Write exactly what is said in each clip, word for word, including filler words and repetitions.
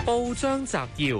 報章摘要：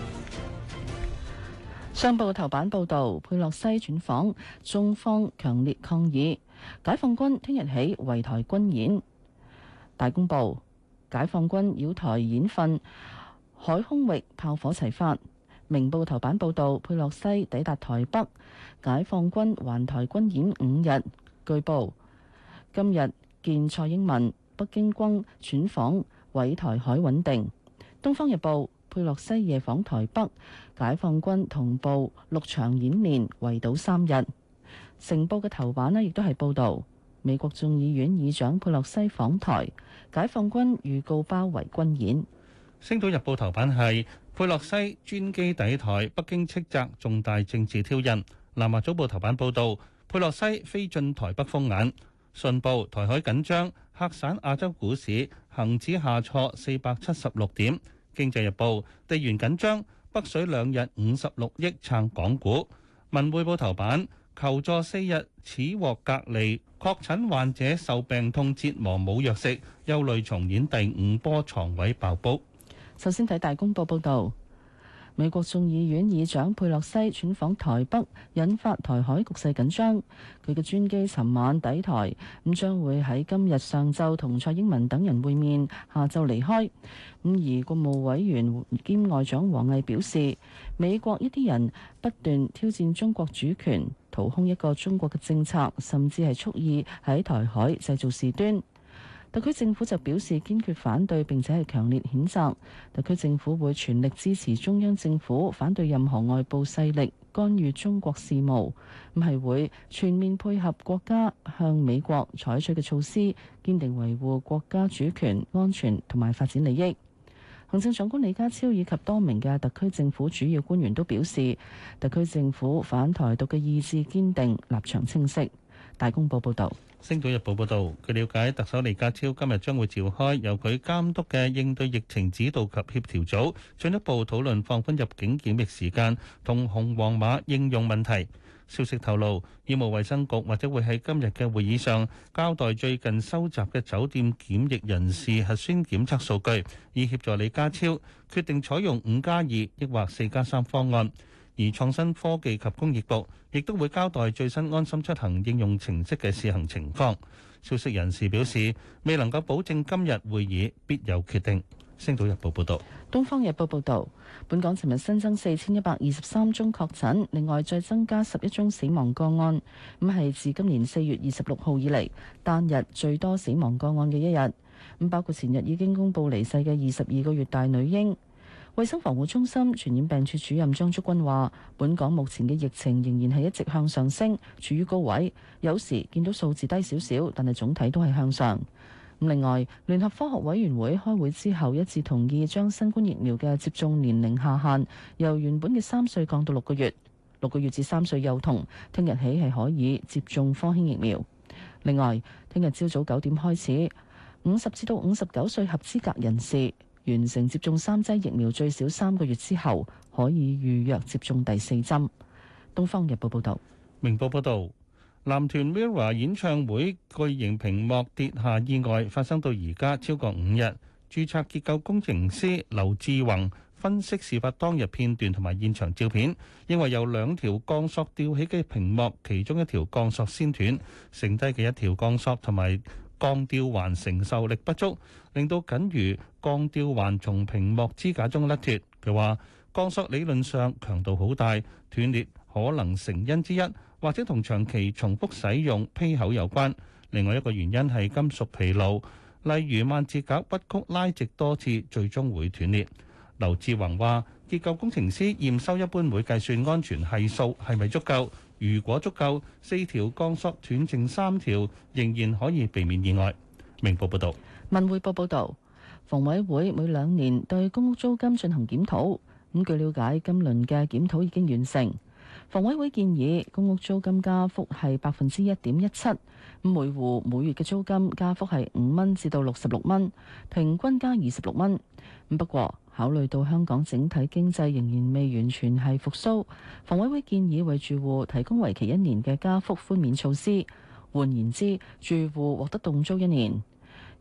商報頭版報導，佩洛西竄訪，中方強烈抗議。解放軍聽日起圍台軍演。大公報：解放軍繞台演訓，海空域炮火齊發。明報頭版報導，佩洛西抵達台北，解放軍環台軍演五日。據報今日見蔡英文，北京軍竄訪，圍台海穩定。東方日報：佩洛西夜訪台北，解放軍同步六場演練，圍島三日。成報嘅頭版呢亦都係報導美國眾議院議長佩洛西訪台，解放軍預告包圍軍演。 星島日報頭版係佩洛西專機抵台，北京斥責重大政治挑釁。南華早報頭版報導佩洛西飛進台北風眼。信報：台海緊張，嚇散亞洲股市，恒指下挫四百七十六點。經濟日報：地緣緊張，北水兩日五十六億撐港股。文匯報頭版：求助四日始獲隔離，確診患者受病痛折磨冇藥食，憂慮重演第五波床位爆煲。 首先睇大公報報導，美國眾議院議長佩洛西竄訪台北，引發台海局勢緊張。佢嘅專機尋晚抵台，咁將會喺今日上晝同蔡英文等人會面，下晝離開。咁而國務委員兼外長王毅表示，美國一啲人不斷挑戰中國主權，掏空一個中國嘅政策，甚至係蓄意喺台海製造事端。特區政府就表示堅決反對並且係強烈譴責，特區政府會全力支持中央政府反對任何外部勢力干預中國事務，咁係會全面配合國家向美國採取嘅措施，堅定維護國家主權、安全同埋發展利益。行政長官李家超以及多名嘅特區政府主要官員都表示，特區政府反台獨嘅意志堅定，立場清晰。大公報報導。 《星島日報》報導，據了解，特首李家超今日將會召開由佢監督嘅應對疫情指導及協調組，進一步討論放寬入境檢疫時間同紅黃碼應用問題。消息透露，醫務衛生局或者會喺今日嘅會議上交代最近收集嘅酒店檢疫人士核酸檢測數據，以協助李家超決定採用五加二抑或四加三方案。而創新科技及工業局亦都會交代最新安心出行應用程式嘅試行情況。消息人士表示，未能夠保證今日會議必有決定。星島日報報道。 東方日報報道，本港尋日新增四千一百二十三宗確診，另外再增加十一宗死亡個案，咁係自今年四月二十六號以嚟單日最多死亡個案嘅一日。咁包括前日已經公布離世嘅二十二個月大女嬰。衛生防護中心傳染病處主任張竹君話，本港目前嘅疫情仍然係一直向上升，處於高位，有時見到數字低少少，但係總體都係向上。咁另外，聯合科學委員會開會之後一致同意將新冠疫苗嘅接種年齡下限由原本嘅三歲降到六個月，六個月至三歲幼童聽日起係可以接種科興疫苗。另外，聽日朝早九點開始，五十至到五十九歲合資格人士完成接種三劑疫苗最少三個月之後，可以預約接種第四針。《東方日報》報道。《 明報》報道，男團 MIRROR 演唱會巨型屏幕跌下意外，發生到而家超過五日。註冊結構工程師劉志宏分析事發當日片段同埋現場照片，認為由兩條鋼索吊起嘅屏幕，其中一條鋼索先斷，剩低嘅一條鋼索同埋鋼吊環承受力不足，令到僅餘鋼吊環從屏幕支架中甩脱。佢話鋼索理論上強度好大，斷裂可能成因之一，或者同長期重複使用披口有關。另外一個原因係金屬疲勞，例如萬字夾屈曲拉直多次，最終會斷裂。劉志宏話：結構工程師驗收一般會計算安全係數係咪足夠？如果足夠，四條鋼索斷剩三條，仍然可以避免意外。明報報道。 文匯報報道，房委會每兩年對公屋租金進行檢討。咁據了解，今輪嘅檢討已經完成。房委會建議公屋租金加幅係百分之一點一七，每戶每月嘅租金加幅係五蚊至到六十六蚊，平均加二十六蚊。咁不過，考慮到香港整體經濟仍然未完全係復甦，房委會建議為住戶提供為期一年嘅加幅寬免措施。換言之，住戶獲得凍租一年。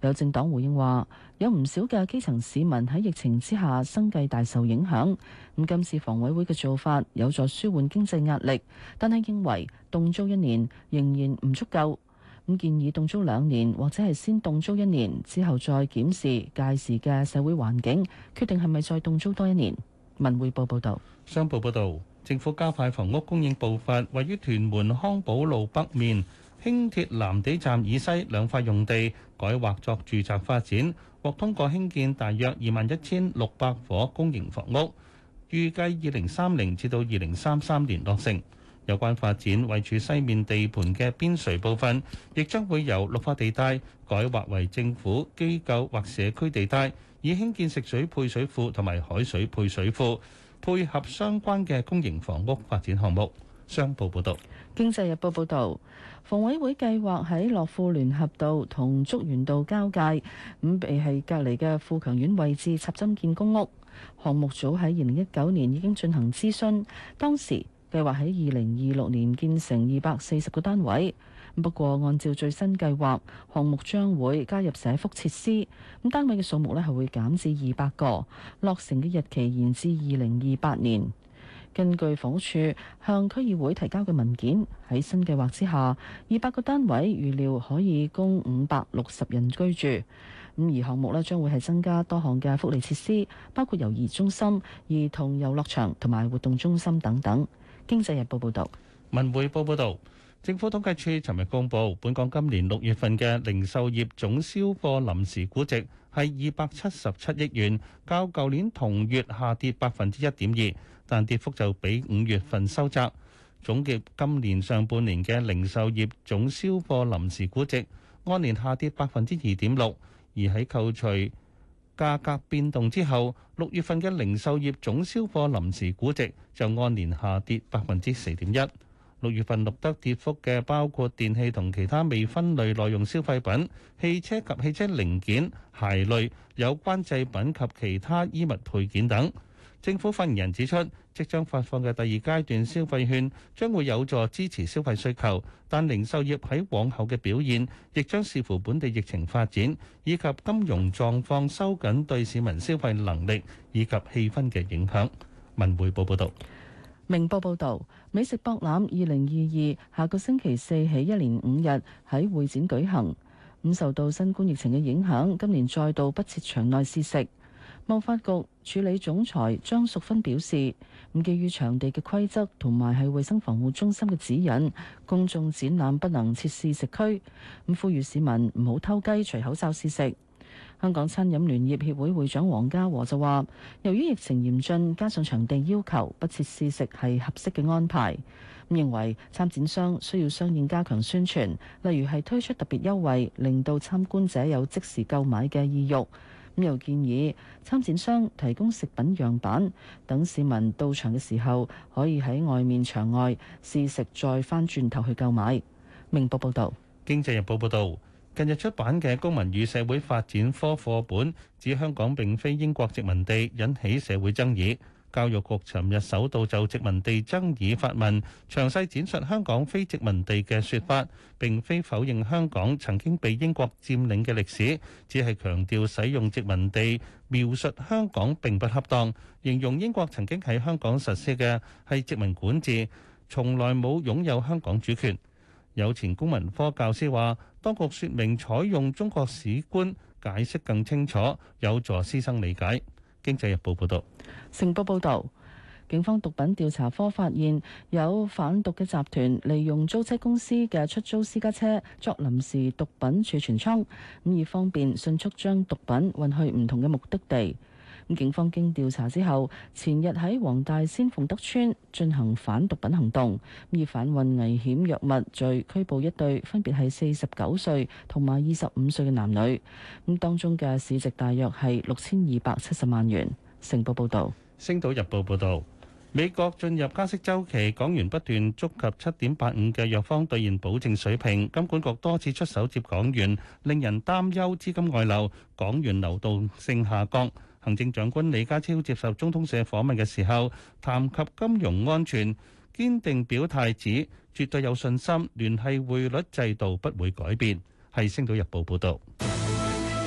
有政黨回應話，有唔少嘅基層市民喺疫情之下生計大受影響。咁今次房委會嘅做法有助舒緩經濟壓力，但係認為凍租一年仍然唔足夠。咁建議凍租兩年，或者係先凍租一年，之後再檢視屆時嘅社會環境，決定係咪再凍租多一年。文匯報報道。 商報報導，政府加快房屋供應步伐，位於屯門康寶路北面輕鐵藍地站以西兩塊用地改劃作住宅發展，獲通過興建大約二萬一千六百伙公營房屋，預計二零三零至到二零三三年落成。有關發展位處西面地盤嘅邊陲部分，亦將會由綠化地帶改劃為政府機構或社區地帶，以興建食水配水庫同埋海水配水庫，配合相關嘅公營房屋發展項目。商報報導。 經濟日報報導，房委會計劃喺樂富聯合道同竹園道交界，咁被係隔離嘅富強苑位置插針建公屋項目，早喺二零一九年已經進行諮詢，當時計劃喺二零二六年建成二百四十個單位。不過，按照最新計劃，項目將會加入社福設施，咁單位嘅數目呢係會減至二百個，落成嘅日期延至二零二八年。根據房屋署向區議會提交嘅文件，喺新計劃之下，二百個單位預料可以供五百六十人居住。咁而項目呢將會係增加多項嘅福利設施，包括幼兒中心、兒童遊樂場同埋活動中心等等。經濟日報報導。 文匯報報導，政府統計處尋日公佈，本港今年六月份嘅零售業總銷貨臨時估值係二百七十七億元，較舊年同月下跌百分之一點二，但跌幅就比五月份收窄。總結今年上半年嘅零售業總銷貨臨時估值按年下跌百分之二點六，而喺扣除價格變動之後，六月份嘅零售業總銷貨臨時估值就按年下跌百分之四點一。六月份錄得跌幅嘅包括電器同其他未分類耐用消費品、汽車及汽車零件、鞋類、有關製品及其他衣物配件等。政府發言人指出，即將發放嘅第二階段消費券將會有助支持消費需求，但零售業喺往後嘅表現亦將視乎本地疫情發展以及金融狀況收緊對市民消費能力以及氣氛嘅影響。文匯報報道。 明報報導，美食博覽二零二二下個星期四起一連五日喺會展舉行。咁受到新冠疫情嘅影響，今年再度不設場內試食。貿發局處理總裁張淑芬表示，咁基於場地嘅規則同埋係衛生防護中心嘅指引，公眾展覽不能設試食區。咁呼籲市民唔好偷雞除口罩試食。香港餐飲聯業協會會長黃家和就話，由於疫情嚴峻，加上場地要求，不設試食係合適嘅安排。咁認為參展商需要相應加強宣傳，例如係推出特別優惠，令到參觀者有即時購買嘅意欲。咁又建議參展商提供食品樣板，等市民到場嘅時候可以喺外面場外試食，再翻轉頭去購買。明報報道。 經濟日報報導。近日出版嘅《公民與社會發展科》課本指香港並非英國殖民地，引起社會爭議。教育局尋日首度就殖民地爭議發文，詳細闡述香港非殖民地嘅說法，並非否認香港曾經被英國佔領嘅歷史，只係強調使用殖民地描述香港並不恰當，形容英國曾經喺香港實施嘅係殖民管治，從來冇擁有香港主權。有前公民科教師話，當局説明採用中國史觀解釋更清楚，有助師生理解。經濟日報報導。 成報報導，警方毒品調查科發現有販毒嘅集團利用租車公司嘅出租私家車作臨時毒品儲存倉，咁以方便迅速將毒品運去唔同嘅目的地。咁警方經調查之後，前日喺黃大仙鳳德村進行反毒品行動，以販運危險藥物罪拘捕一對分別係四十九歲同埋二十五歲嘅男女。咁當中嘅市值大約係六千二百七十萬元。成報報導。 星島日報報導，美國進入加息週期，港元不斷觸及七點八五嘅藥方兌現保證水平。金管局多次出手接港元，令人擔憂資金外流，港元流動性下降。行政長官李家超接受中通社訪問嘅時候，談及金融安全，堅定表態指絕對有信心聯繫匯率制度不會改變。係《星島日報》報導。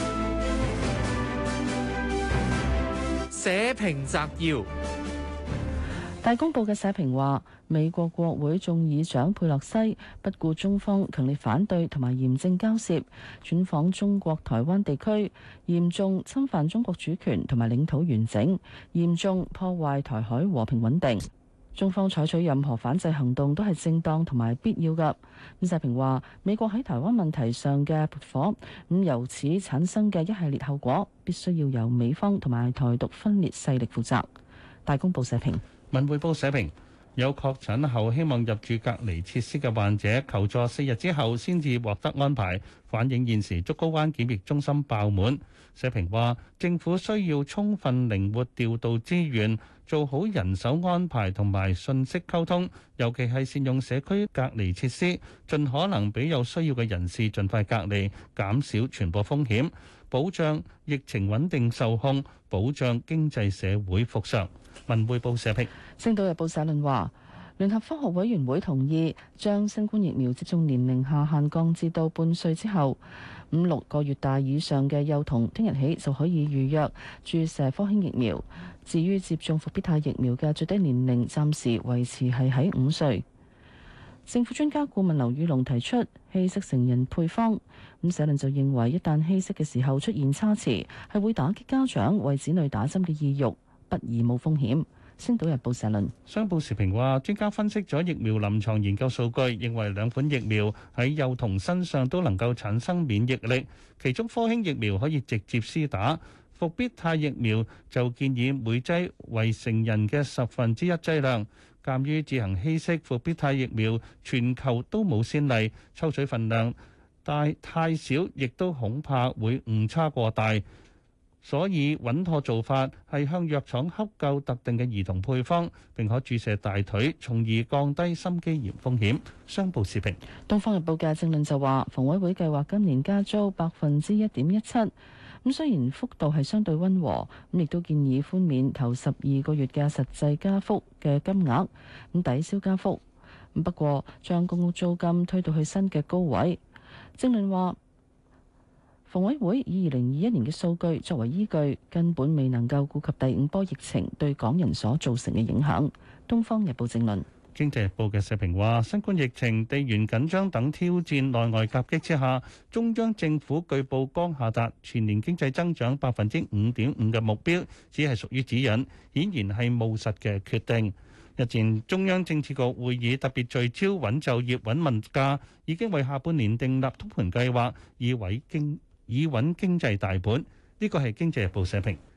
社評摘要。 大公報嘅社評話，美國國會眾議長佩洛西不顧中方強烈反對同埋嚴正交涉，竄訪中國台灣地區，嚴重侵犯中國主權同埋領土完整，嚴重破壞台海和平穩定。中方採取任何反制行動都係正當同埋必要㗎。咁社評話，美國喺台灣問題上嘅撥火，咁由此產生嘅一系列後果，必須要由美方同埋台獨分裂勢力負責。大公報社評。 文匯報社評，有確診後希望入住隔離設施嘅患者求助四日之後先至獲得安排，反映現時竹篙灣檢疫中心爆滿。社評話，政府需要充分靈活調度資源，做好人手安排同埋信息溝通，尤其係善用社區隔離設施，盡可能俾有需要嘅人士盡快隔離，減少傳播風險，保障疫情穩定受控，保障經濟社會復常。文匯報社評。 星島日報社論話，聯合科學委員會同意將新冠疫苗接種年齡下限降至到半歲之後，五六個月大以上嘅幼童聽日起就可以預約注射科興疫苗。至於接種復必泰疫苗嘅最低年齡，暫時維持係喺五歲。政府專家顧問劉宇龍提出稀釋成人配方，咁社論就認為一旦稀釋嘅時候出現差池，係會打擊家長為子女打針嘅意欲，不宜冇風險。星島日報社論。 商報時評話，專家分析咗疫苗臨床研究數據，認為兩款疫苗喺幼童身上都能夠產生免疫力，其中科興疫苗可以直接施打，復必泰疫苗就建議每劑為成人嘅十分之一劑量。鑑於自行稀釋復必泰疫苗全球都冇先例，抽取份量大太少，亦都恐怕會誤差過大。所以穩妥做法係向藥廠洽購特定嘅兒童配方，並可注射大腿，從而降低心肌炎風險。商報時評。《 東方日報》嘅政論就話，房委會計劃今年加租百分之一點一七，咁雖然幅度係相對溫和，咁亦都建議寬免頭十二個月嘅實際加幅嘅金額，咁抵消加幅。咁不過將公屋租金推到去新嘅高位。政論話，房委會以二零二一年嘅數據作為依據，根本未能夠顧及第五波疫情對港人所造成嘅影響。《東方日報》正論。《 經濟日報》嘅社評話，新冠疫情、地緣緊張等挑戰內外夾擊之下，中央政府據報剛下達全年經濟增長百分之五點五嘅目標，只係屬於指引，顯然係務實嘅決定。日前中央政治局會議特別聚焦穩就業、穩物價，已經為下半年訂立通盤計劃，以穩經以穩經濟大盤。呢個係《經濟日報》社評。